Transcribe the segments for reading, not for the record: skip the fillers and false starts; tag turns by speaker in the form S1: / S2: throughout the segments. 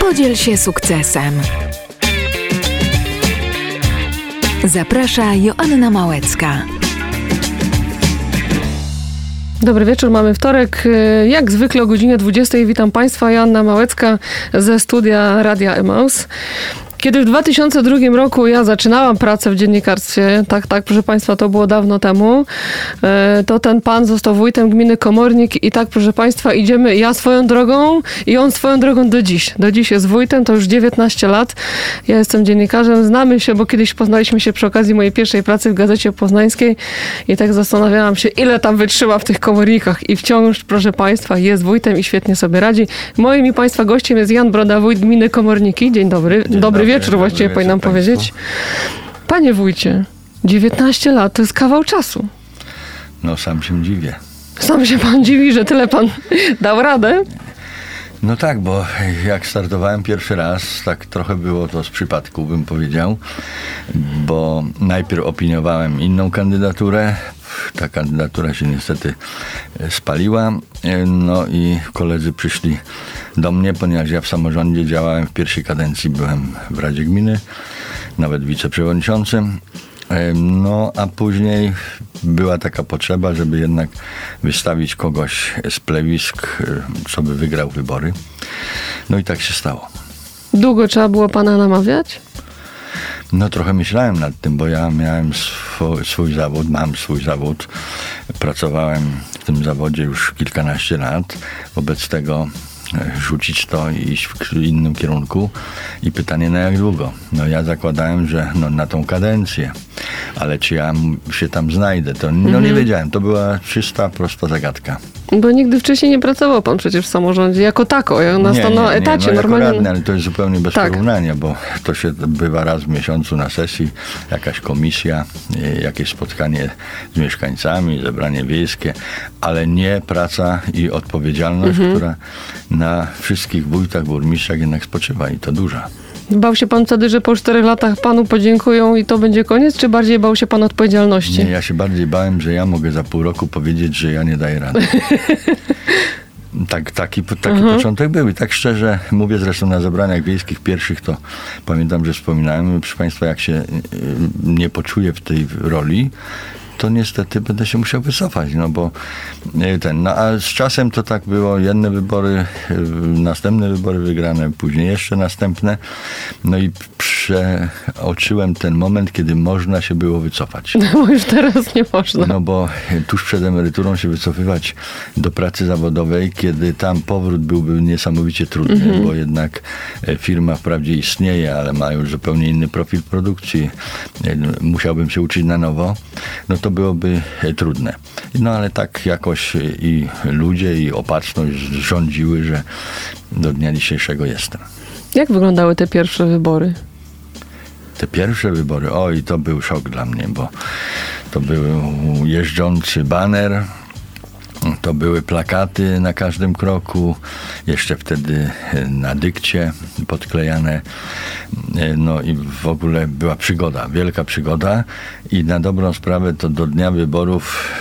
S1: Podziel się sukcesem. Zaprasza Joanna Małecka.
S2: Dobry wieczór, mamy wtorek. Jak zwykle o godzinie 20 witam Państwa, Joanna Małecka ze studia Radia Emaus. Kiedy w 2002 roku ja zaczynałam pracę w dziennikarstwie, tak, proszę Państwa, to było dawno temu, to ten pan został wójtem gminy Komornik i tak, proszę Państwa, idziemy, ja swoją drogą i on swoją drogą do dziś. Do dziś jest wójtem, to już 19 lat. Ja jestem dziennikarzem, znamy się, bo kiedyś poznaliśmy się przy okazji mojej pierwszej pracy w Gazecie Poznańskiej i tak zastanawiałam się, ile tam wytrzyma w tych komornikach i wciąż, proszę Państwa, jest wójtem i świetnie sobie radzi. Moim i Państwa gościem jest Jan Broda, wójt gminy Komorniki. Dzień dobry. Dobry wieczór, właściwie powinnam powiedzieć. Panie wójcie, 19 lat to jest kawał czasu.
S3: No sam się dziwię.
S2: Sam się pan dziwi, że tyle pan dał radę?
S3: No tak, bo jak startowałem pierwszy raz, tak trochę było to z przypadku, bym powiedział, bo najpierw opiniowałem inną kandydaturę. Ta kandydatura się niestety spaliła, no i koledzy przyszli do mnie, ponieważ ja w samorządzie działałem w pierwszej kadencji, byłem w Radzie Gminy, nawet wiceprzewodniczącym. No a później była taka potrzeba, żeby jednak wystawić kogoś z plewisk, co by wygrał wybory. No i tak się stało.
S2: Długo trzeba było pana namawiać?
S3: No trochę myślałem nad tym, bo ja miałem swój zawód, mam swój zawód. Pracowałem w tym zawodzie już kilkanaście lat. Wobec tego rzucić to i iść w innym kierunku. I pytanie, na jak długo? No ja zakładałem, że na tą kadencję. Ale czy ja się tam znajdę? To nie wiedziałem. To była czysta, prosta zagadka.
S2: Bo nigdy wcześniej nie pracował pan przecież w samorządzie jako tako, na etacie
S3: jako
S2: normalnie.
S3: Radny, ale to jest zupełnie bez porównania, bo to się bywa raz w miesiącu na sesji, jakaś komisja, jakieś spotkanie z mieszkańcami, zebranie wiejskie, ale nie praca i odpowiedzialność, która na wszystkich wójtach, burmistrzach jednak spoczywa i to duża.
S2: Bał się pan wtedy, że po 4 latach panu podziękują i to będzie koniec, czy bardziej bał się pan odpowiedzialności?
S3: Nie, ja się bardziej bałem, że ja mogę za pół roku powiedzieć, że ja nie daję rady. Taki początek był. I tak szczerze mówię, zresztą na zebraniach wiejskich pierwszych to pamiętam, że wspominałem, proszę Państwa, jak się nie poczuję w tej roli, to niestety będę się musiał wycofać, bo a z czasem to tak było, jedne wybory, następne wybory wygrane, później jeszcze następne, no i przeoczyłem ten moment, kiedy można się było wycofać.
S2: No bo już teraz nie można.
S3: No bo tuż przed emeryturą się wycofywać do pracy zawodowej, kiedy tam powrót byłby niesamowicie trudny, bo jednak firma wprawdzie istnieje, ale ma już zupełnie inny profil produkcji, musiałbym się uczyć na nowo, no to byłoby trudne. No ale tak jakoś i ludzie, i opatrzność rządziły, że do dnia dzisiejszego jestem.
S2: Jak wyglądały te pierwsze wybory?
S3: Te pierwsze wybory, to był szok dla mnie, bo to był jeżdżący baner, to były plakaty na każdym kroku, jeszcze wtedy na dykcie podklejane. No i w ogóle była przygoda, wielka przygoda i na dobrą sprawę to do dnia wyborów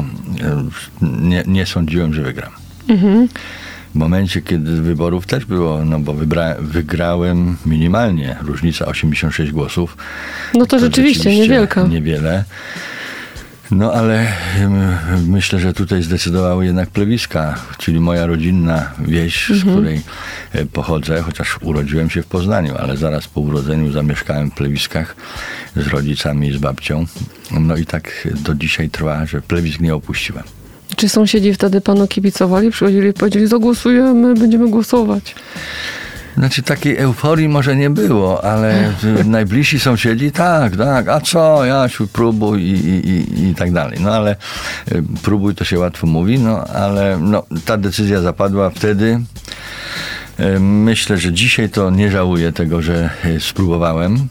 S3: nie sądziłem, że wygram. W momencie, kiedy wyborów też było, bo wygrałem minimalnie, różnica 86 głosów.
S2: No to rzeczywiście niewielka.
S3: Niewiele. No ale myślę, że tutaj zdecydowały jednak plewiska, czyli moja rodzinna wieś, z której pochodzę, chociaż urodziłem się w Poznaniu, ale zaraz po urodzeniu zamieszkałem w plewiskach z rodzicami i z babcią. No i tak do dzisiaj trwa, że plewisk nie opuściłem.
S2: Czy sąsiedzi wtedy panu kibicowali? Przychodzili i powiedzieli, zagłosujemy, będziemy głosować.
S3: Znaczy takiej euforii może nie było, ale najbliżsi sąsiedzi tak, a co, Jasiu, próbuj i tak dalej. No ale próbuj to się łatwo mówi, ale ta decyzja zapadła wtedy. Myślę, że dzisiaj to nie żałuję tego, że spróbowałem.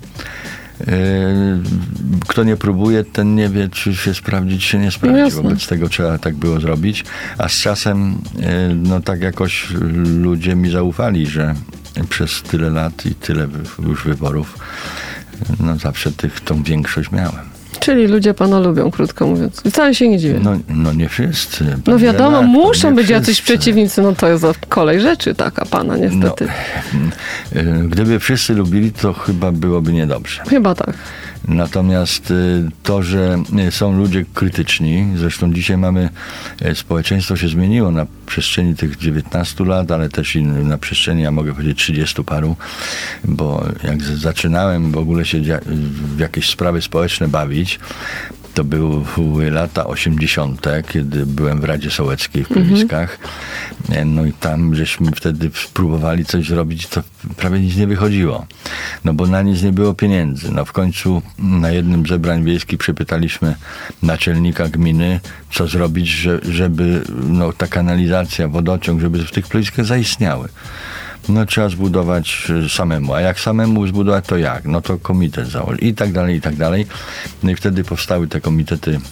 S3: Kto nie próbuje, ten nie wie, czy się sprawdzi, czy się nie sprawdzi. Wobec tego trzeba tak było zrobić. A z czasem tak jakoś ludzie mi zaufali, że przez tyle lat i tyle już wyborów zawsze tą większość miałem.
S2: Czyli ludzie pana lubią, krótko mówiąc. Wcale się nie dziwię.
S3: No nie wszyscy.
S2: No wiadomo, muszą być jacyś przeciwnicy. No to jest kolej rzeczy taka pana, niestety.
S3: Gdyby wszyscy lubili, to chyba byłoby niedobrze.
S2: Chyba tak.
S3: Natomiast to, że są ludzie krytyczni, zresztą dzisiaj społeczeństwo się zmieniło na przestrzeni tych 19 lat, ale też i na przestrzeni, ja mogę powiedzieć, 30 paru, bo jak zaczynałem w ogóle się w jakieś sprawy społeczne bawić, to były lata 80., kiedy byłem w Radzie Sołeckiej w Plewiskach. No i tam żeśmy wtedy spróbowali coś zrobić, to prawie nic nie wychodziło. No bo na nic nie było pieniędzy. No w końcu na jednym z zebrań wiejskich przepytaliśmy naczelnika gminy, co zrobić, żeby ta kanalizacja, wodociąg, żeby w tych Plewiskach zaistniały. No trzeba zbudować samemu. A jak samemu zbudować, to jak? No to komitet założyć. I tak dalej, i tak dalej. No i wtedy powstały te komitety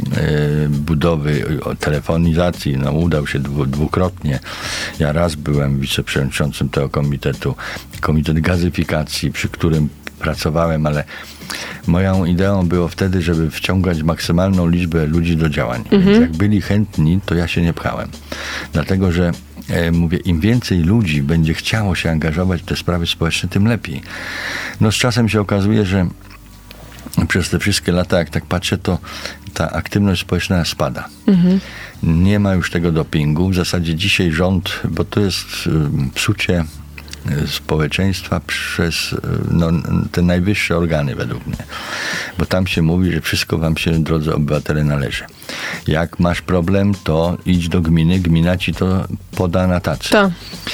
S3: budowy telefonizacji. No udał się dwukrotnie. Ja raz byłem wiceprzewodniczącym tego komitetu. Komitet gazyfikacji, przy którym pracowałem, ale moją ideą było wtedy, żeby wciągać maksymalną liczbę ludzi do działań. Więc jak byli chętni, to ja się nie pchałem. Dlatego, że mówię, im więcej ludzi będzie chciało się angażować w te sprawy społeczne, tym lepiej. No z czasem się okazuje, że przez te wszystkie lata, jak tak patrzę, to ta aktywność społeczna spada. Nie ma już tego dopingu. W zasadzie dzisiaj rząd, bo to jest psucie społeczeństwa przez te najwyższe organy według mnie. Bo tam się mówi, że wszystko wam się, drodzy obywatele, należy. Jak masz problem, to idź do gminy, gmina ci to poda na tacy.
S2: Tak.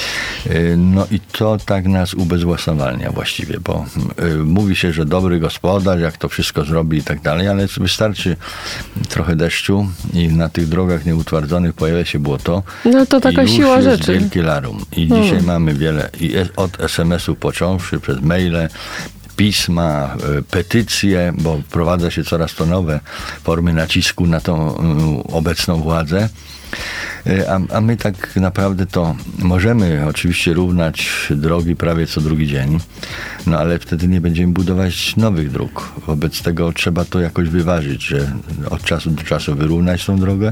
S3: No i to tak nas ubezwłasnowalnia właściwie, bo mówi się, że dobry gospodarz, jak to wszystko zrobi i tak dalej, ale wystarczy trochę deszczu i na tych drogach nieutwardzonych pojawia się błoto.
S2: No to taka
S3: i
S2: siła
S3: już jest
S2: rzeczy.
S3: Wielkie larum. I dzisiaj mamy wiele, od SMS-ów począwszy, przez maile, pisma, petycje, bo wprowadza się coraz to nowe formy nacisku na tą obecną władzę. A my tak naprawdę to możemy oczywiście równać drogi prawie co drugi dzień, no ale wtedy nie będziemy budować nowych dróg. Wobec tego trzeba to jakoś wyważyć, że od czasu do czasu wyrównać tą drogę.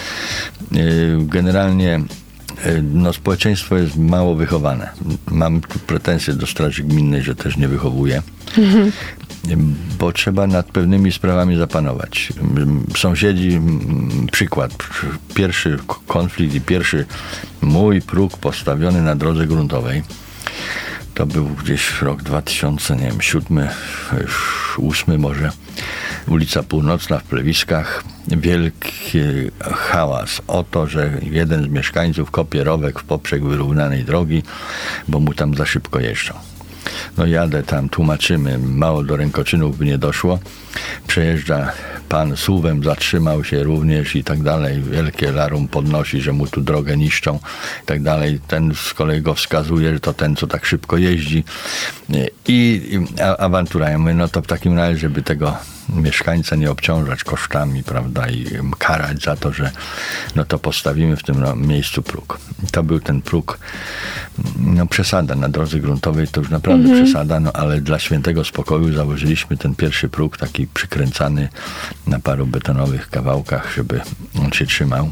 S3: Generalnie społeczeństwo jest mało wychowane. Mam tu pretensje do Straży Gminnej, że też nie wychowuje. Bo trzeba nad pewnymi sprawami zapanować. Sąsiedzi, przykład, pierwszy konflikt i pierwszy mój próg postawiony na drodze gruntowej, to był gdzieś rok 2007, 2008 może, ulica Północna w Plewiskach. Wielki hałas o to, że jeden z mieszkańców kopie rowek w poprzek wyrównanej drogi, bo mu tam za szybko jeżdżą. No jadę tam, tłumaczymy, mało do rękoczynów by nie doszło. Przejeżdża pan suwem, zatrzymał się również i tak dalej. Wielkie larum podnosi, że mu tu drogę niszczą i tak dalej. Ten z kolei go wskazuje, że to ten, co tak szybko jeździ. I awantura. Ja mówię, no to w takim razie, żeby tego mieszkańca nie obciążać kosztami, prawda, i karać za to, że to postawimy w tym miejscu próg. To był ten próg, przesada na drodze gruntowej, to już naprawdę przesada, ale dla świętego spokoju założyliśmy ten pierwszy próg, taki przykręcany na paru betonowych kawałkach, żeby on się trzymał.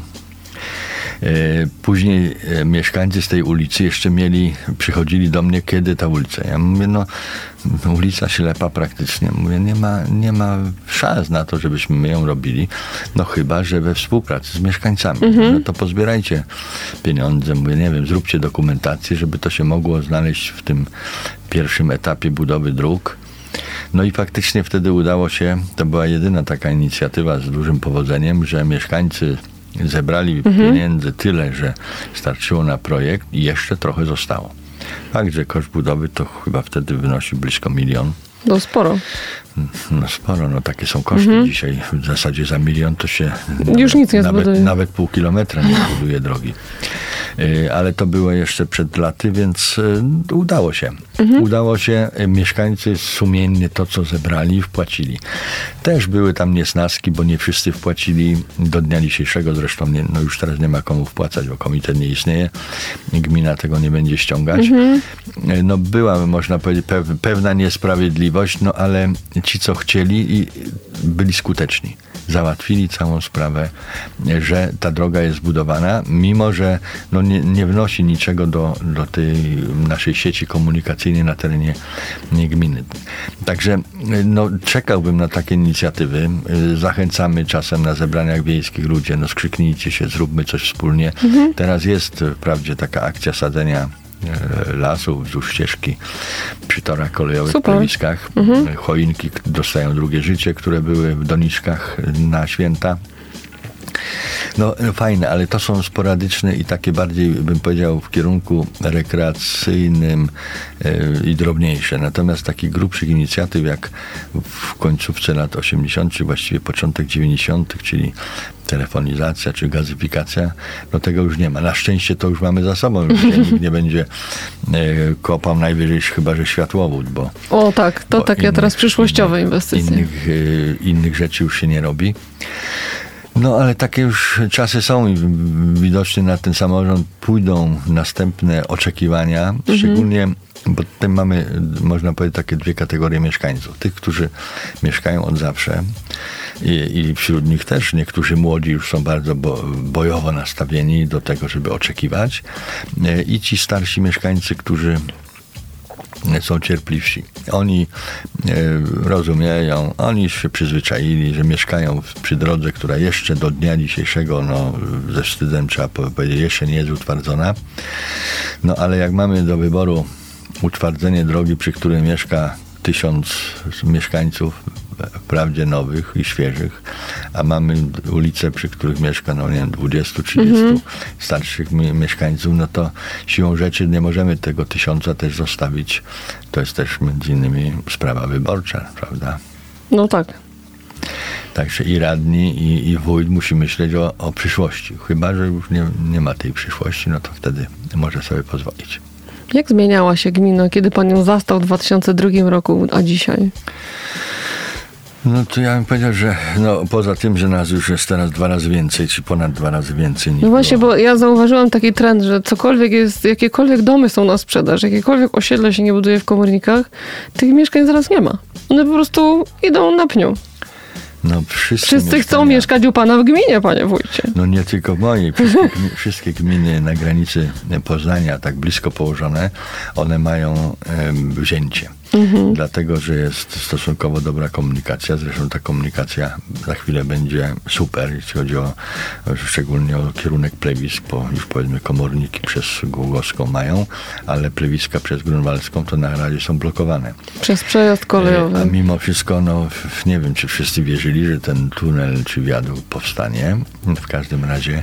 S3: Później mieszkańcy z tej ulicy jeszcze przychodzili do mnie, kiedy ta ulica. Ja mówię, ulica ślepa praktycznie. Mówię, nie ma szans na to, żebyśmy my ją robili, chyba, że we współpracy z mieszkańcami. No to pozbierajcie pieniądze, mówię, nie wiem, zróbcie dokumentację, żeby to się mogło znaleźć w tym pierwszym etapie budowy dróg. No i faktycznie wtedy udało się, to była jedyna taka inicjatywa z dużym powodzeniem, że mieszkańcy zebrali pieniędzy tyle, że starczyło na projekt i jeszcze trochę zostało. Fakt, że koszt budowy to chyba wtedy wynosi blisko 1 000 000.
S2: No sporo.
S3: Sporo, takie są koszty dzisiaj. W zasadzie za 1 000 000 to się
S2: już nic nie zbuduje.
S3: Nawet pół kilometra nie buduje drogi. Ale to było jeszcze przed laty, więc udało się. Udało się. Mieszkańcy sumiennie to, co zebrali, wpłacili. Też były tam niesnaski, bo nie wszyscy wpłacili do dnia dzisiejszego. Zresztą już teraz nie ma komu wpłacać, bo komitet nie istnieje. Gmina tego nie będzie ściągać. No była, można powiedzieć, pewna niesprawiedliwość, no ale ci, co chcieli i byli skuteczni. Załatwili całą sprawę, że ta droga jest zbudowana, mimo że nie wnosi niczego do tej naszej sieci komunikacyjnej na terenie gminy. Także czekałbym na takie inicjatywy. Zachęcamy czasem na zebraniach wiejskich ludzie, skrzyknijcie się, zróbmy coś wspólnie. Teraz jest wprawdzie taka akcja sadzenia lasów wzdłuż ścieżki przy torach kolejowych w plewiskach. Choinki dostają drugie życie, które były w doniczkach na święta. No fajne, ale to są sporadyczne i takie bardziej, bym powiedział, w kierunku rekreacyjnym i drobniejsze. Natomiast takich grubszych inicjatyw, jak w końcówce lat 80., czy właściwie początek 90., czyli telefonizacja, czy gazyfikacja, tego już nie ma. Na szczęście to już mamy za sobą. Już nikt nie będzie kopał, najwyżej chyba, że światłowód, bo...
S2: O tak, to takie teraz przyszłościowe inwestycje.
S3: Innych rzeczy już się nie robi. No ale takie już czasy są i widocznie na ten samorząd pójdą następne oczekiwania, szczególnie, bo tutaj mamy, można powiedzieć, takie dwie kategorie mieszkańców. Tych, którzy mieszkają od zawsze i wśród nich też niektórzy młodzi już są bardzo bojowo nastawieni do tego, żeby oczekiwać, i ci starsi mieszkańcy, którzy są cierpliwsi. Oni rozumieją, oni się przyzwyczaili, że mieszkają przy drodze, która jeszcze do dnia dzisiejszego, ze wstydem trzeba powiedzieć, jeszcze nie jest utwardzona. No ale jak mamy do wyboru utwardzenie drogi, przy której mieszka 1000 mieszkańców, wprawdzie nowych i świeżych, a mamy ulice, przy których mieszka, 20-30 starszych mieszkańców, to siłą rzeczy nie możemy tego 1000 też zostawić. To jest też między innymi sprawa wyborcza, prawda?
S2: No tak.
S3: Także i radni, i wójt musi myśleć o przyszłości. Chyba że już nie ma tej przyszłości, to wtedy może sobie pozwolić.
S2: Jak zmieniała się gmina, kiedy pan ją zastał w 2002 roku, a dzisiaj?
S3: No to ja bym powiedział, że poza tym, że nas już jest teraz 2 razy więcej, czy ponad 2 razy więcej niż
S2: właśnie,
S3: było.
S2: bo ja zauważyłam taki trend, że cokolwiek jest, jakiekolwiek domy są na sprzedaż, jakiekolwiek osiedle się nie buduje w komornikach, tych mieszkań zaraz nie ma. One po prostu idą na pniu. Wszyscy chcą mieszkać u pana w gminie, panie wójcie.
S3: Nie tylko w mojej. Wszystkie gminy na granicy Poznania, tak blisko położone, one mają wzięcie. Dlatego, że jest stosunkowo dobra komunikacja. Zresztą ta komunikacja za chwilę będzie super, jeśli chodzi szczególnie o kierunek plewisk, bo już powiedzmy komorniki przez Głogowską mają, ale plewiska przez Grunwaldzką to na razie są blokowane.
S2: Przez przejazd kolejowy.
S3: A mimo wszystko, nie wiem, czy wszyscy wierzyli, że ten tunel czy wiadukt powstanie. W każdym razie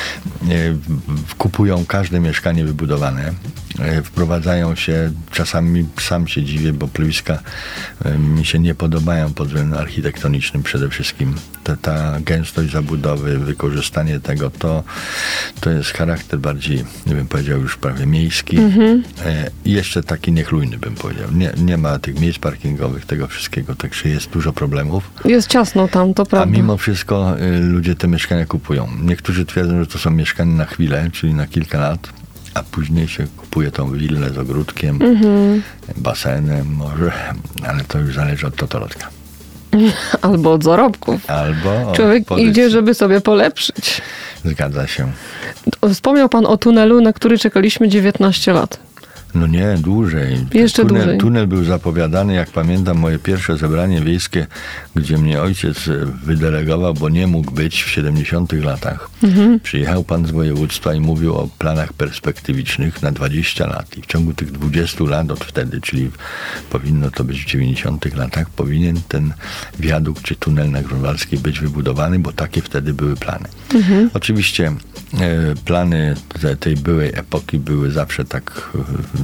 S3: kupują każde mieszkanie wybudowane. Wprowadzają się, czasami sam się dziwię, bo plewiska mi się nie podobają pod względem architektonicznym przede wszystkim. Ta gęstość zabudowy, wykorzystanie tego, to jest charakter bardziej, nie bym powiedział, już prawie miejski. I jeszcze taki niechlujny, bym powiedział. Nie ma tych miejsc parkingowych, tego wszystkiego, także jest dużo problemów.
S2: Jest ciasno tam, to prawda.
S3: A mimo wszystko ludzie te mieszkania kupują. Niektórzy twierdzą, że to są mieszkania na chwilę, czyli na kilka lat, a później się kupuje tą willę z ogródkiem, basenem może, ale to już zależy od totolotka.
S2: Albo od zarobków.
S3: Albo
S2: człowiek idzie, żeby sobie polepszyć.
S3: Zgadza się.
S2: Wspomniał pan o tunelu, na który czekaliśmy 19 lat.
S3: Nie, dłużej.
S2: Jeszcze dłużej.
S3: Tunel był zapowiadany, jak pamiętam, moje pierwsze zebranie wiejskie, gdzie mnie ojciec wydelegował, bo nie mógł być w 70 latach. Przyjechał pan z województwa i mówił o planach perspektywicznych na 20 lat. I w ciągu tych 20 lat od wtedy, czyli powinno to być w 90 latach, powinien ten wiadukt czy tunel na Grunwaldzkiej być wybudowany, bo takie wtedy były plany. Oczywiście plany tej byłej epoki były zawsze tak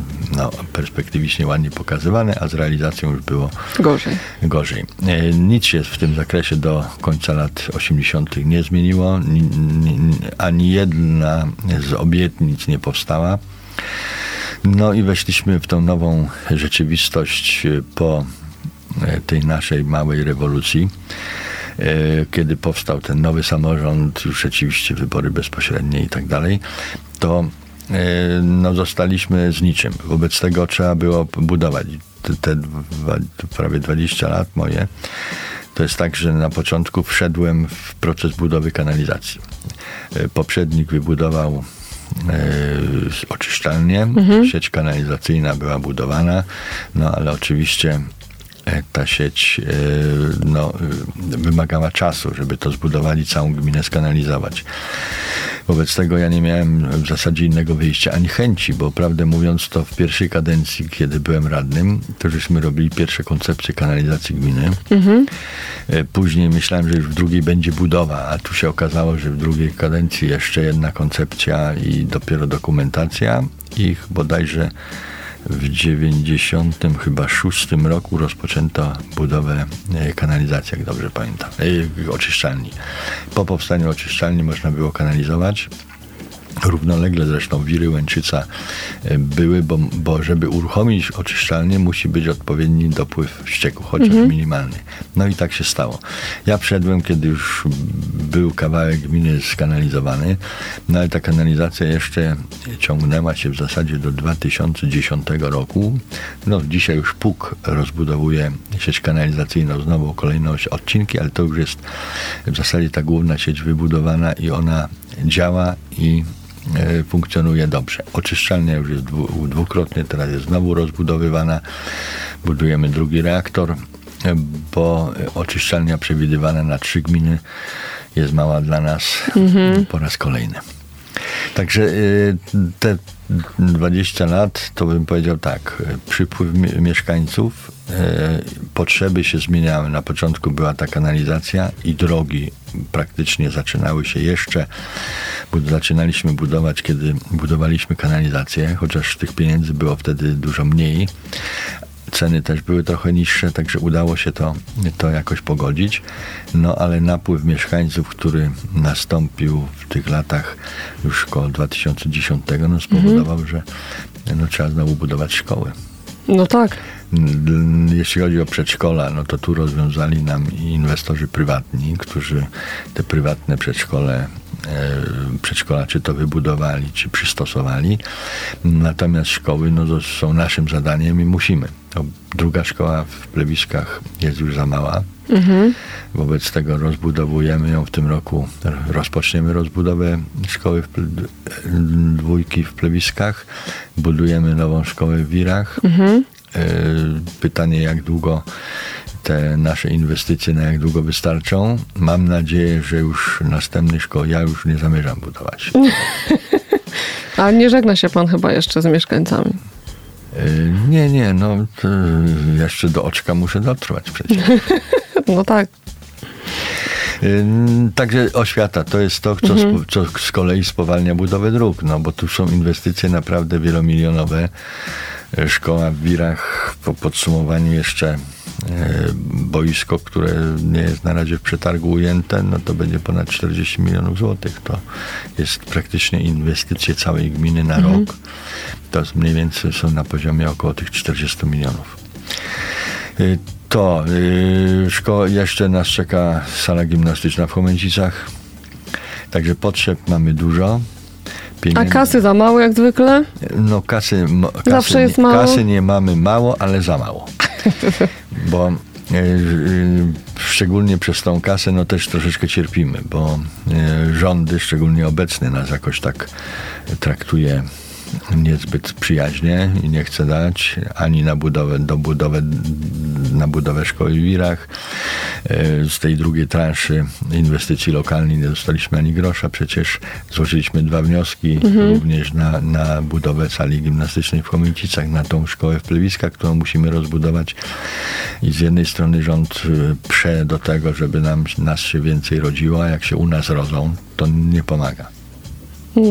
S3: perspektywicznie ładnie pokazywane, a z realizacją już było gorzej. Nic się w tym zakresie do końca lat 80. nie zmieniło. Ani jedna z obietnic nie powstała. No i weszliśmy w tą nową rzeczywistość po tej naszej małej rewolucji. Kiedy powstał ten nowy samorząd, już rzeczywiście wybory bezpośrednie i tak dalej, to zostaliśmy z niczym. Wobec tego trzeba było budować. Te prawie 20 lat moje, to jest tak, że na początku wszedłem w proces budowy kanalizacji. Poprzednik wybudował oczyszczalnię, sieć kanalizacyjna była budowana, ale oczywiście ta sieć wymagała czasu, żeby to zbudowali, całą gminę skanalizować. Wobec tego ja nie miałem w zasadzie innego wyjścia, ani chęci, bo prawdę mówiąc to w pierwszej kadencji, kiedy byłem radnym, to żeśmy robili pierwsze koncepcje kanalizacji gminy. Później myślałem, że już w drugiej będzie budowa, a tu się okazało, że w drugiej kadencji jeszcze jedna koncepcja i dopiero dokumentacja i bodajże w 96 roku rozpoczęto budowę kanalizacji, jak dobrze pamiętam, oczyszczalni. Po powstaniu oczyszczalni można było kanalizować. Równolegle zresztą Wiry, Łęczyca były, bo żeby uruchomić oczyszczalnię, musi być odpowiedni dopływ ścieków, chociaż minimalny. No i tak się stało. Ja wszedłem, kiedy już był kawałek gminy skanalizowany, ale ta kanalizacja jeszcze ciągnęła się w zasadzie do 2010 roku. Dzisiaj już PUK rozbudowuje sieć kanalizacyjną, znowu kolejne odcinki, ale to już jest w zasadzie ta główna sieć wybudowana i ona działa i funkcjonuje dobrze. Oczyszczalnia już jest dwukrotnie, teraz jest znowu rozbudowywana. Budujemy drugi reaktor, bo oczyszczalnia przewidywana na 3 gminy jest mała dla nas po raz kolejny. Także te 20 lat, to bym powiedział tak, przypływ mieszkańców, potrzeby się zmieniały. Na początku była ta kanalizacja i drogi praktycznie zaczynały się jeszcze, bo zaczynaliśmy budować, kiedy budowaliśmy kanalizację, chociaż tych pieniędzy było wtedy dużo mniej. Ceny też były trochę niższe, także udało się to jakoś pogodzić. Ale napływ mieszkańców, który nastąpił w tych latach już koło 2010, spowodował, że trzeba znowu budować szkoły.
S2: No tak.
S3: Jeśli chodzi o przedszkola, to tu rozwiązali nam inwestorzy prywatni, którzy te prywatne przedszkola czy to wybudowali, czy przystosowali. Natomiast szkoły to są naszym zadaniem i musimy. Druga szkoła w Plewiskach jest już za mała. Wobec tego rozbudowujemy ją w tym roku. Rozpoczniemy rozbudowę szkoły dwójki w Plewiskach. Budujemy nową szkołę w Wirach. Pytanie, jak długo te nasze inwestycje, na jak długo wystarczą. Mam nadzieję, że już następnej szkoły ja już nie zamierzam budować.
S2: A nie żegna się pan chyba jeszcze z mieszkańcami?
S3: Nie, jeszcze do oczka muszę dotrwać przecież.
S2: No tak.
S3: Także oświata to jest to, co z kolei spowalnia budowę dróg, bo tu są inwestycje naprawdę wielomilionowe. Szkoła w Wirach, po podsumowaniu jeszcze boisko, które nie jest na razie w przetargu ujęte, to będzie ponad 40 milionów złotych. To jest praktycznie inwestycje całej gminy na rok. To mniej więcej są na poziomie około tych 40 milionów. Jeszcze nas czeka sala gimnastyczna w Chomęcicach. Także potrzeb mamy dużo. Pieniędzy.
S2: A kasy za mało jak zwykle?
S3: Zawsze jest mało. Kasy nie mamy mało, ale za mało. Bo szczególnie przez tą kasę też troszeczkę cierpimy, bo rządy, szczególnie obecny, nas jakoś tak traktuje niezbyt przyjaźnie i nie chce dać ani na budowę szkoły w Wirach. Z tej drugiej transzy inwestycji lokalnej nie dostaliśmy ani grosza. Przecież złożyliśmy 2 wnioski również na budowę sali gimnastycznej w Chomęcicach, na tą szkołę w Plewiskach, którą musimy rozbudować. I z jednej strony rząd prze do tego, żeby nas się więcej rodziło, a jak się u nas rodzą, to nie pomaga.
S2: No tak,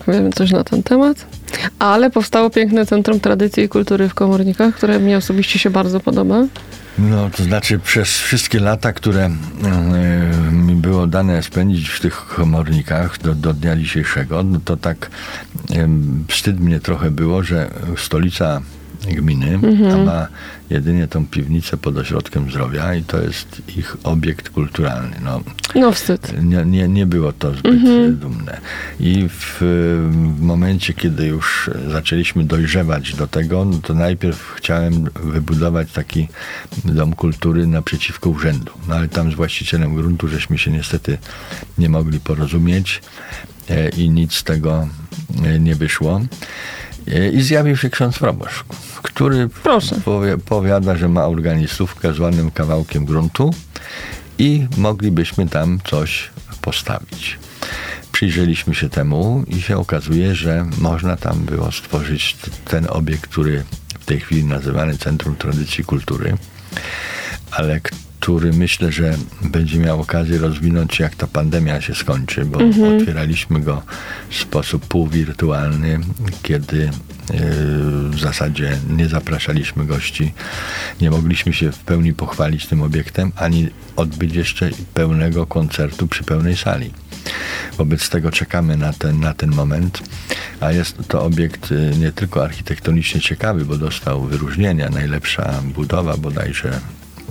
S2: wiemy coś na ten temat. Ale powstało piękne Centrum Tradycji i Kultury w Komornikach, które mnie osobiście się bardzo podoba.
S3: No, to znaczy przez wszystkie lata, które mi było dane spędzić w tych komornikach do dnia dzisiejszego, no to tak wstyd mnie trochę było, że stolica gminy, a ma jedynie tą piwnicę pod ośrodkiem zdrowia i to jest ich obiekt kulturalny.
S2: No wstyd.
S3: Nie było to zbyt dumne. I w momencie, kiedy już zaczęliśmy dojrzewać do tego, no to najpierw chciałem wybudować taki dom kultury naprzeciwko urzędu. No ale tam z właścicielem gruntu żeśmy się niestety nie mogli porozumieć i nic z tego nie wyszło. I zjawił się ksiądz proboszcz, który powiada, że ma organistówkę z ładnym kawałkiem gruntu i moglibyśmy tam coś postawić. Przyjrzeliśmy się temu i się okazuje, że można tam było stworzyć ten obiekt, który w tej chwili nazywany Centrum Tradycji i Kultury, ale który myślę, że będzie miał okazję rozwinąć się, jak ta pandemia się skończy, bo otwieraliśmy go w sposób półwirtualny, kiedy w zasadzie nie zapraszaliśmy gości, nie mogliśmy się w pełni pochwalić tym obiektem, ani odbyć jeszcze pełnego koncertu przy pełnej sali. Wobec tego czekamy na ten moment, a jest to obiekt nie tylko architektonicznie ciekawy, bo dostał wyróżnienia, najlepsza budowa bodajże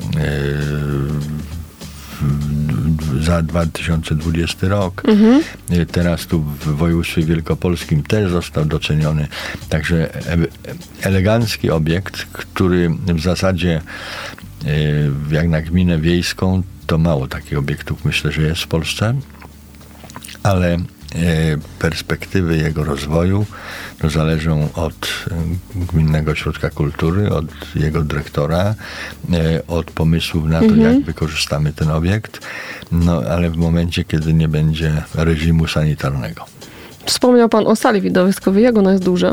S3: za 2020 rok. Teraz tu w województwie wielkopolskim też został doceniony. Także elegancki obiekt, który w zasadzie jak na gminę wiejską to mało takich obiektów myślę, że jest w Polsce, ale perspektywy jego rozwoju zależą od Gminnego Ośrodka Kultury, od jego dyrektora, od pomysłów na to, jak wykorzystamy ten obiekt, no ale w momencie, kiedy nie będzie reżimu sanitarnego.
S2: Wspomniał pan o sali widowiskowej. Jak ona jest duża?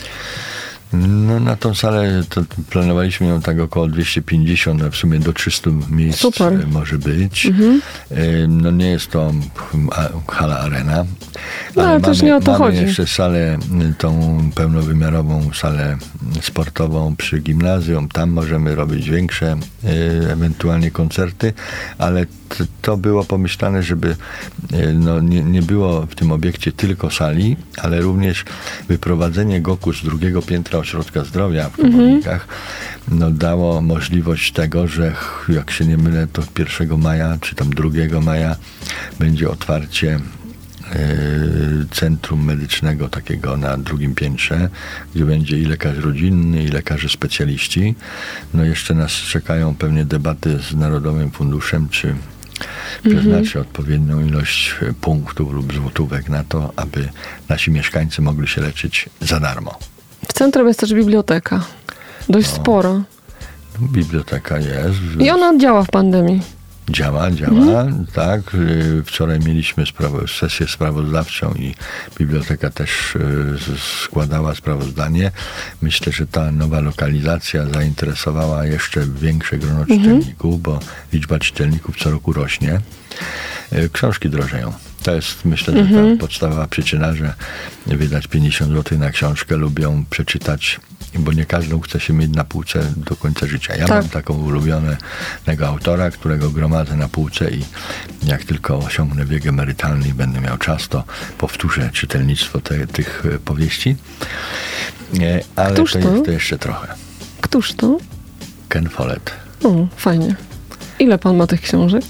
S3: No na tą salę to planowaliśmy ją tak około 250, a w sumie do 300 miejsc może być. No nie jest to hala arena, ale
S2: też nie o to chodzi.
S3: Mamy jeszcze salę, tą pełnowymiarową salę sportową przy gimnazjum. Tam możemy robić większe ewentualnie koncerty, ale to było pomyślane, żeby nie było w tym obiekcie tylko sali, ale również wyprowadzenie GOK-u z drugiego piętra Ośrodka Zdrowia w Komornikach dało możliwość tego, że jak się nie mylę, to 1 maja czy tam 2 maja będzie otwarcie centrum medycznego takiego na drugim piętrze, gdzie będzie i lekarz rodzinny, i lekarze specjaliści. No jeszcze nas czekają pewnie debaty z Narodowym Funduszem, czy przeznaczy odpowiednią ilość punktów lub złotówek na to, aby nasi mieszkańcy mogli się leczyć za darmo.
S2: W centrum jest też biblioteka. Dość spora.
S3: Biblioteka jest.
S2: I ona działa w pandemii.
S3: Działa, tak. Wczoraj mieliśmy sesję sprawozdawczą i biblioteka też składała sprawozdanie. Myślę, że ta nowa lokalizacja zainteresowała jeszcze większe grono czytelników, bo liczba czytelników co roku rośnie. Książki drożeją. To jest, myślę, że ta podstawowa przyczyna, że wydać 50 zł na książkę, lubią przeczytać, bo nie każdą chce się mieć na półce do końca życia. Ja mam taką ulubionego autora, którego gromadzę na półce i jak tylko osiągnę wiek emerytalny i będę miał czas, to powtórzę czytelnictwo tych powieści. Ale to jeszcze trochę.
S2: Któż to?
S3: Ken Follett.
S2: O, fajnie. Ile pan ma tych książek?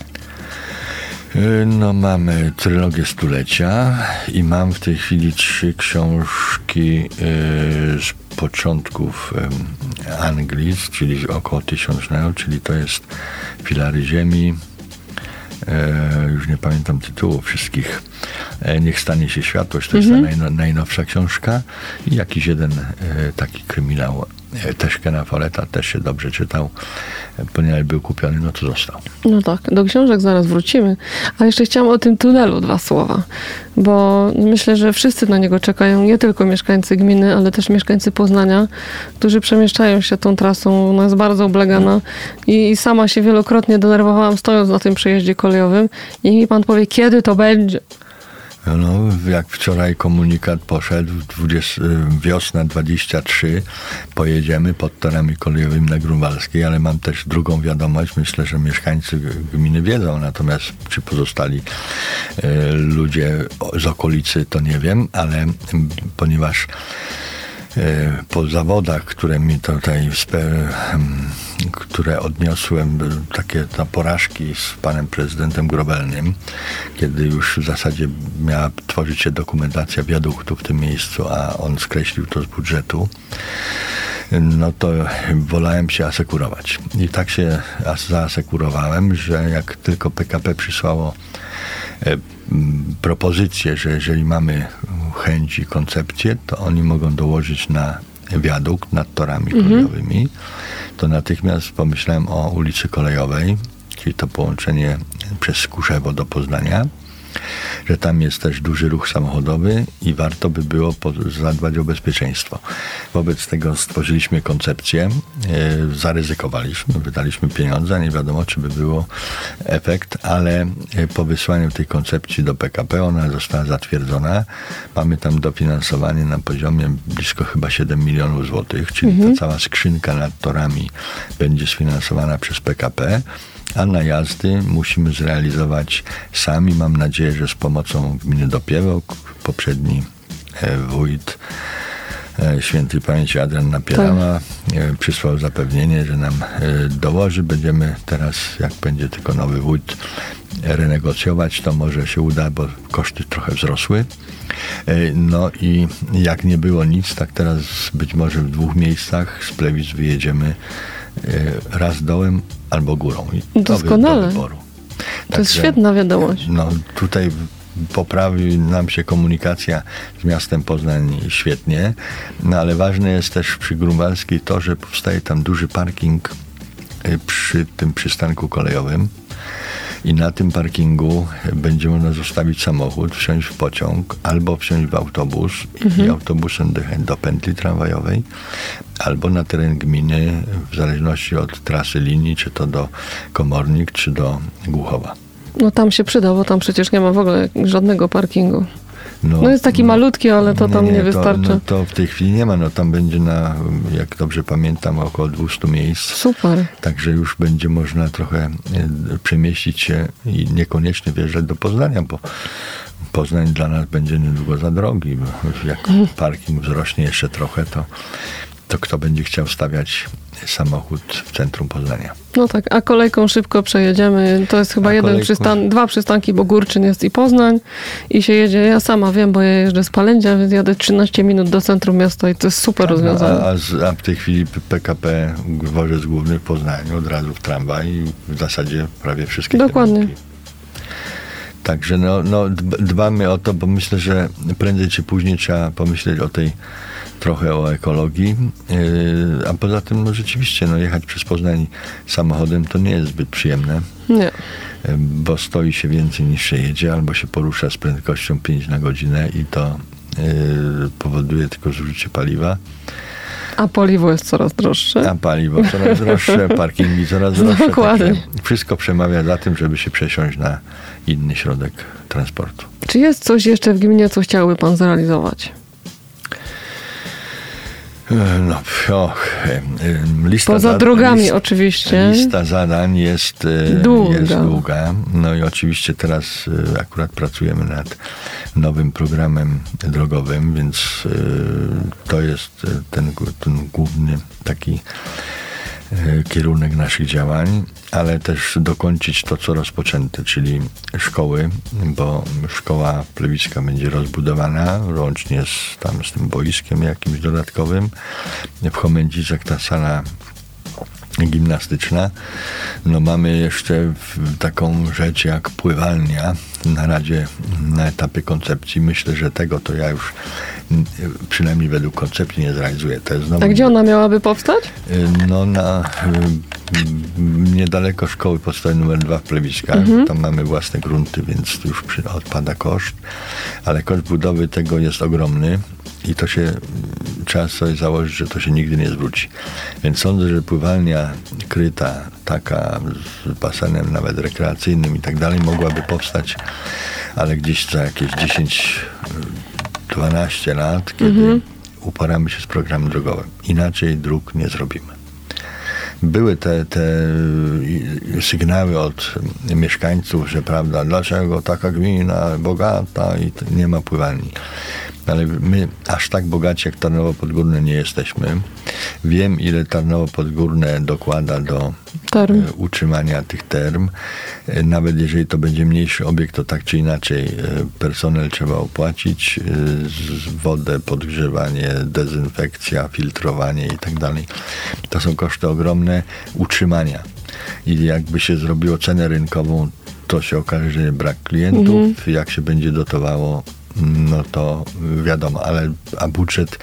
S3: No mamy trylogię stulecia i mam w tej chwili 3 książki z początków Anglii, czyli około 1000, czyli to jest Filary Ziemi, już nie pamiętam tytułów wszystkich. Niech stanie się światłość, to jest ta najnowsza książka i jakiś jeden taki kryminał też Kena Folletta, też się dobrze czytał, ponieważ był kupiony, no to został. No
S2: tak, do książek zaraz wrócimy, ale jeszcze chciałam o tym tunelu 2 słowa, bo myślę, że wszyscy na niego czekają, nie tylko mieszkańcy gminy, ale też mieszkańcy Poznania, którzy przemieszczają się tą trasą, ona jest bardzo oblegana i sama się wielokrotnie denerwowałam stojąc na tym przejeździe kolejowym i mi pan powie, kiedy to będzie?
S3: No, jak wczoraj komunikat poszedł, wiosna 23, pojedziemy pod torami kolejowymi na Grunwaldzkiej, ale mam też drugą wiadomość, myślę, że mieszkańcy gminy wiedzą, natomiast czy pozostali ludzie z okolicy, to nie wiem, ale ponieważ po zawodach, które mi tutaj które odniosłem, takie porażki z panem prezydentem Grobelnym, kiedy już w zasadzie miała tworzyć się dokumentacja wiaduktu w tym miejscu, a on skreślił to z budżetu, no to wolałem się asekurować. I tak się zaasekurowałem, że jak tylko PKP przysłało propozycję, że jeżeli mamy chęć i koncepcję, to oni mogą dołożyć na wiadukt nad torami kolejowymi, to natychmiast pomyślałem o ulicy Kolejowej, czyli to połączenie przez Skuszewo do Poznania, że tam jest też duży ruch samochodowy i warto by było zadbać o bezpieczeństwo. Wobec tego stworzyliśmy koncepcję, zaryzykowaliśmy, wydaliśmy pieniądze, nie wiadomo, czy by było efekt, ale po wysłaniu tej koncepcji do PKP ona została zatwierdzona. Mamy tam dofinansowanie na poziomie blisko chyba 7 milionów złotych, czyli ta cała skrzynka nad torami będzie sfinansowana przez PKP. A najazdy musimy zrealizować sami. Mam nadzieję, że z pomocą gminy Dopiewo, poprzedni wójt świętej pamięci Adrian Napierała przysłał zapewnienie, że nam dołoży. Będziemy teraz, jak będzie tylko nowy wójt, renegocjować. To może się uda, bo koszty trochę wzrosły. No i jak nie było nic, tak teraz być może w 2 miejscach z Plewic wyjedziemy raz dołem albo górą. I
S2: doskonale.
S3: Do wyboru.
S2: To jest świetna wiadomość.
S3: No tutaj poprawi nam się komunikacja z miastem Poznań świetnie, no ale ważne jest też przy Grunwaldzkiej to, że powstaje tam duży parking przy tym przystanku kolejowym i na tym parkingu będzie można zostawić samochód, wsiąść w pociąg albo wsiąść w autobus i autobusem dojechać do pętli tramwajowej albo na teren gminy w zależności od trasy linii, czy to do Komornik, czy do Głuchowa.
S2: No tam się przyda, bo tam przecież nie ma w ogóle żadnego parkingu. No jest taki malutki, ale to tam nie wystarczy.
S3: To w tej chwili nie ma. No tam będzie jak dobrze pamiętam, około 200 miejsc.
S2: Super.
S3: Także już będzie można trochę przemieścić się i niekoniecznie wjeżdżać do Poznania, bo Poznań dla nas będzie niedługo za drogi. Jak parking wzrośnie jeszcze trochę, to kto będzie chciał stawiać samochód w centrum Poznania.
S2: No tak, a kolejką szybko przejedziemy. To jest chyba dwa przystanki, bo Górczyn jest i Poznań i się jedzie. Ja sama wiem, bo ja jeżdżę z Palędzia, więc jadę 13 minut do centrum miasta i to jest super rozwiązanie.
S3: A w tej chwili PKP dworzec główny w Poznaniu, od razu w tramwaj i w zasadzie prawie wszystkie
S2: Dokładnie.
S3: kierunki. Także dbamy o to, bo myślę, że prędzej czy później trzeba pomyśleć trochę o ekologii, a poza tym rzeczywiście jechać przez Poznań samochodem to nie jest zbyt przyjemne.
S2: Nie.
S3: Bo stoi się więcej niż się jedzie, albo się porusza z prędkością 5 na godzinę i to powoduje tylko zużycie paliwa.
S2: A paliwo jest coraz droższe.
S3: A paliwo coraz droższe, parkingi coraz droższe.
S2: Dokładnie.
S3: Wszystko przemawia za tym, żeby się przesiąść na inny środek transportu.
S2: Czy jest coś jeszcze w gminie, co chciałby pan zrealizować? Poza drogami oczywiście.
S3: Lista zadań jest długa. No i oczywiście teraz akurat pracujemy nad nowym programem drogowym, więc to jest ten główny taki kierunek naszych działań, ale też dokończyć to, co rozpoczęte, czyli szkoły, bo szkoła plewicka będzie rozbudowana, łącznie z tym boiskiem jakimś dodatkowym. W Chomędzicach ta sala gimnastyczna. Mamy jeszcze taką rzecz jak pływalnia na etapie koncepcji. Myślę, że tego to ja już przynajmniej według koncepcji nie zrealizuję. To jest
S2: A gdzie ona miałaby powstać?
S3: Niedaleko szkoły podstawowej nr 2 w Plewickach. Tam mamy własne grunty, więc już odpada koszt. Ale koszt budowy tego jest ogromny i to trzeba sobie założyć, że to się nigdy nie zwróci. Więc sądzę, że pływalnia kryta, taka z basenem nawet rekreacyjnym i tak dalej, mogłaby powstać ale gdzieś za jakieś 10-12 lat, kiedy uporamy się z programem drogowym. Inaczej dróg nie zrobimy. Były te sygnały od mieszkańców, że prawda, dlaczego taka gmina bogata i nie ma pływalni. Ale my aż tak bogaci jak Tarnowo Podgórne nie jesteśmy. Wiem, ile Tarnowo Podgórne dokłada do utrzymania tych term. Nawet jeżeli to będzie mniejszy obiekt, to tak czy inaczej personel trzeba opłacić, wodę, podgrzewanie, dezynfekcja, filtrowanie i tak dalej. To są koszty ogromne utrzymania. I jakby się zrobiło cenę rynkową, to się okaże, że brak klientów. Jak się będzie dotowało, no to wiadomo, a budżet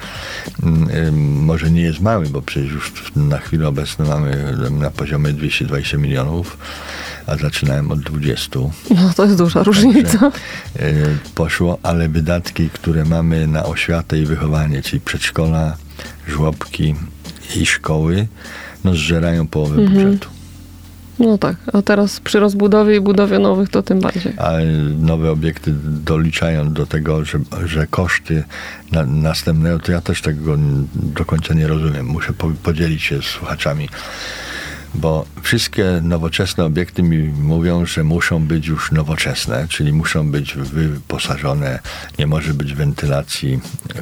S3: może nie jest mały, bo przecież już na chwilę obecną mamy na poziomie 220 milionów, a zaczynałem od 20.
S2: No to jest duża różnica.
S3: Także, poszło, ale wydatki, które mamy na oświatę i wychowanie, czyli przedszkola, żłobki i szkoły, no zżerają połowę budżetu.
S2: No tak, a teraz przy rozbudowie i budowie nowych to tym bardziej.
S3: A nowe obiekty doliczają do tego, że koszty następnego, to ja też tego do końca nie rozumiem. Muszę podzielić się z słuchaczami. Bo wszystkie nowoczesne obiekty mi mówią, że muszą być już nowoczesne, czyli muszą być wyposażone, nie może być wentylacji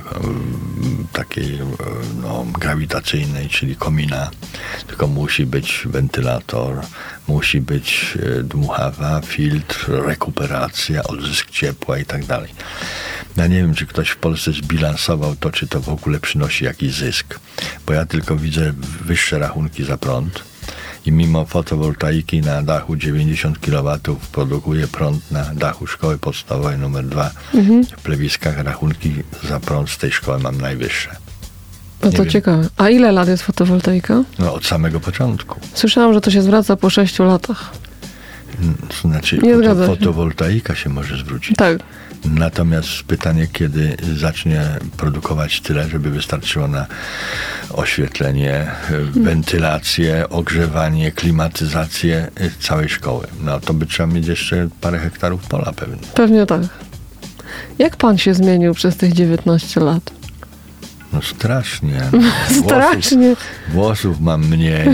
S3: takiej grawitacyjnej, czyli komina, tylko musi być wentylator, musi być dmuchawa, filtr, rekuperacja, odzysk ciepła i tak dalej. Ja nie wiem, czy ktoś w Polsce zbilansował to, czy to w ogóle przynosi jakiś zysk, bo ja tylko widzę wyższe rachunki za prąd. I mimo fotowoltaiki na dachu 90 kW produkuje prąd na dachu szkoły podstawowej nr 2. W Plewiskach rachunki za prąd z tej szkoły mam najwyższe.
S2: No to ciekawe. A ile lat jest fotowoltaika?
S3: No od samego początku.
S2: Słyszałam, że to się zwraca po 6 latach.
S3: Znaczy fotowoltaika się może zwrócić.
S2: Tak.
S3: Natomiast pytanie, kiedy zacznie produkować tyle, żeby wystarczyło na oświetlenie, wentylację, ogrzewanie, klimatyzację całej szkoły. No to by trzeba mieć jeszcze parę hektarów pola pewnie.
S2: Pewnie tak. Jak pan się zmienił przez tych 19 lat?
S3: No strasznie.
S2: Strasznie.
S3: Włosów mam mniej.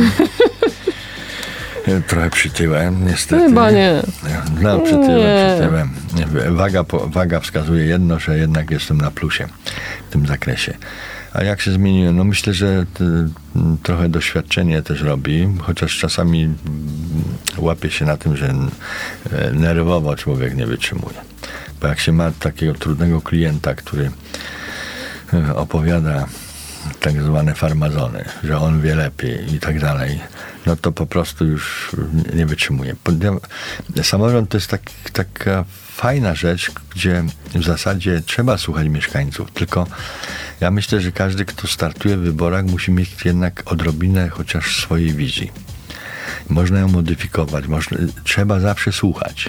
S3: Trochę przytyłem, niestety.
S2: Chyba nie.
S3: No, przytyłem. Waga wskazuje jedno, że jednak jestem na plusie w tym zakresie. A jak się zmieniłem? No myślę, że trochę doświadczenie też robi, chociaż czasami łapie się na tym, że nerwowo człowiek nie wytrzymuje. Bo jak się ma takiego trudnego klienta, który opowiada tak zwane farmazony, że on wie lepiej i tak dalej, no to po prostu już nie wytrzymuje. Samorząd to jest taka fajna rzecz, gdzie w zasadzie trzeba słuchać mieszkańców, tylko ja myślę, że każdy, kto startuje w wyborach, musi mieć jednak odrobinę chociaż swojej wizji. Można ją modyfikować, trzeba zawsze słuchać,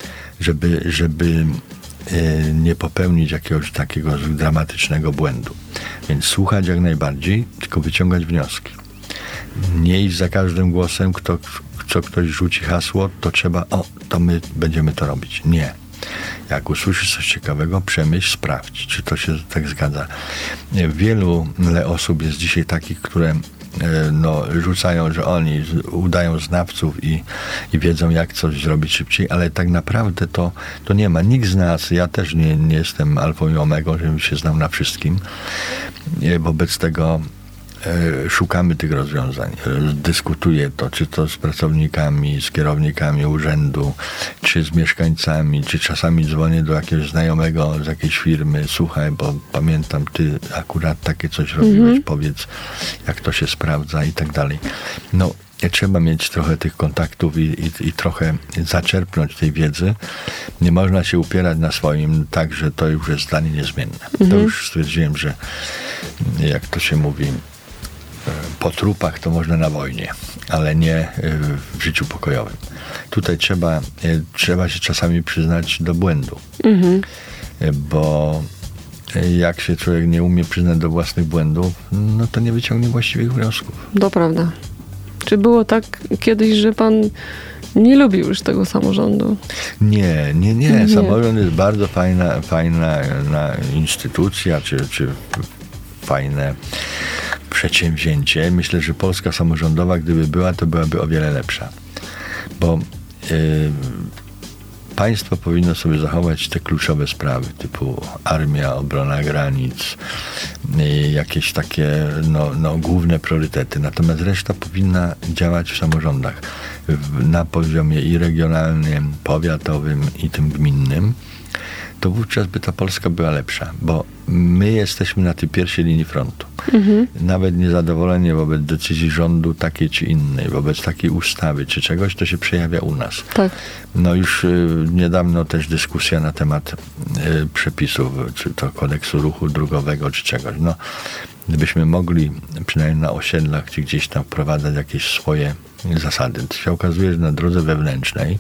S3: żeby nie popełnić jakiegoś takiego dramatycznego błędu. Więc słuchać jak najbardziej, tylko wyciągać wnioski. Nie iść za każdym głosem, co ktoś rzuci hasło, to trzeba, to my będziemy to robić. Nie. Jak usłyszysz coś ciekawego, przemyśl, sprawdź, czy to się tak zgadza. Wielu osób jest dzisiaj takich, które rzucają, że oni udają znawców i wiedzą, jak coś zrobić szybciej, ale tak naprawdę to nie ma. Nikt z nas, ja też nie jestem alfą i omegą, żebym się znał na wszystkim. Wobec tego szukamy tych rozwiązań. Dyskutuję to, czy to z pracownikami, z kierownikami urzędu, czy z mieszkańcami, czy czasami dzwonię do jakiegoś znajomego z jakiejś firmy. Słuchaj, bo pamiętam, ty akurat takie coś robiłeś, powiedz, jak to się sprawdza i tak dalej. No, trzeba mieć trochę tych kontaktów i trochę zaczerpnąć tej wiedzy. Nie można się upierać na swoim tak, że to już jest zdanie niezmienne. To już stwierdziłem, że jak to się mówi, po trupach to można na wojnie, ale nie w życiu pokojowym. Tutaj trzeba się czasami przyznać do błędu. Bo jak się człowiek nie umie przyznać do własnych błędów, no to nie wyciągnie właściwych wniosków.
S2: To prawda. Czy było tak kiedyś, że pan nie lubił już tego samorządu?
S3: Nie. Samorząd jest bardzo fajna instytucja, czy fajne przedsięwzięcie. Myślę, że Polska samorządowa, gdyby była, to byłaby o wiele lepsza. Bo państwo powinno sobie zachować te kluczowe sprawy, typu armia, obrona granic, jakieś takie główne priorytety. Natomiast reszta powinna działać w samorządach na poziomie i regionalnym, powiatowym i tym gminnym. To wówczas by ta Polska była lepsza, bo my jesteśmy na tej pierwszej linii frontu. Nawet niezadowolenie wobec decyzji rządu takiej czy innej, wobec takiej ustawy czy czegoś, to się przejawia u nas.
S2: Tak.
S3: No już niedawno też dyskusja na temat przepisów, czy to kodeksu ruchu drogowego, czy czegoś. No, gdybyśmy mogli przynajmniej na osiedlach, czy gdzieś tam wprowadzać jakieś swoje zasady. To się okazuje, że na drodze wewnętrznej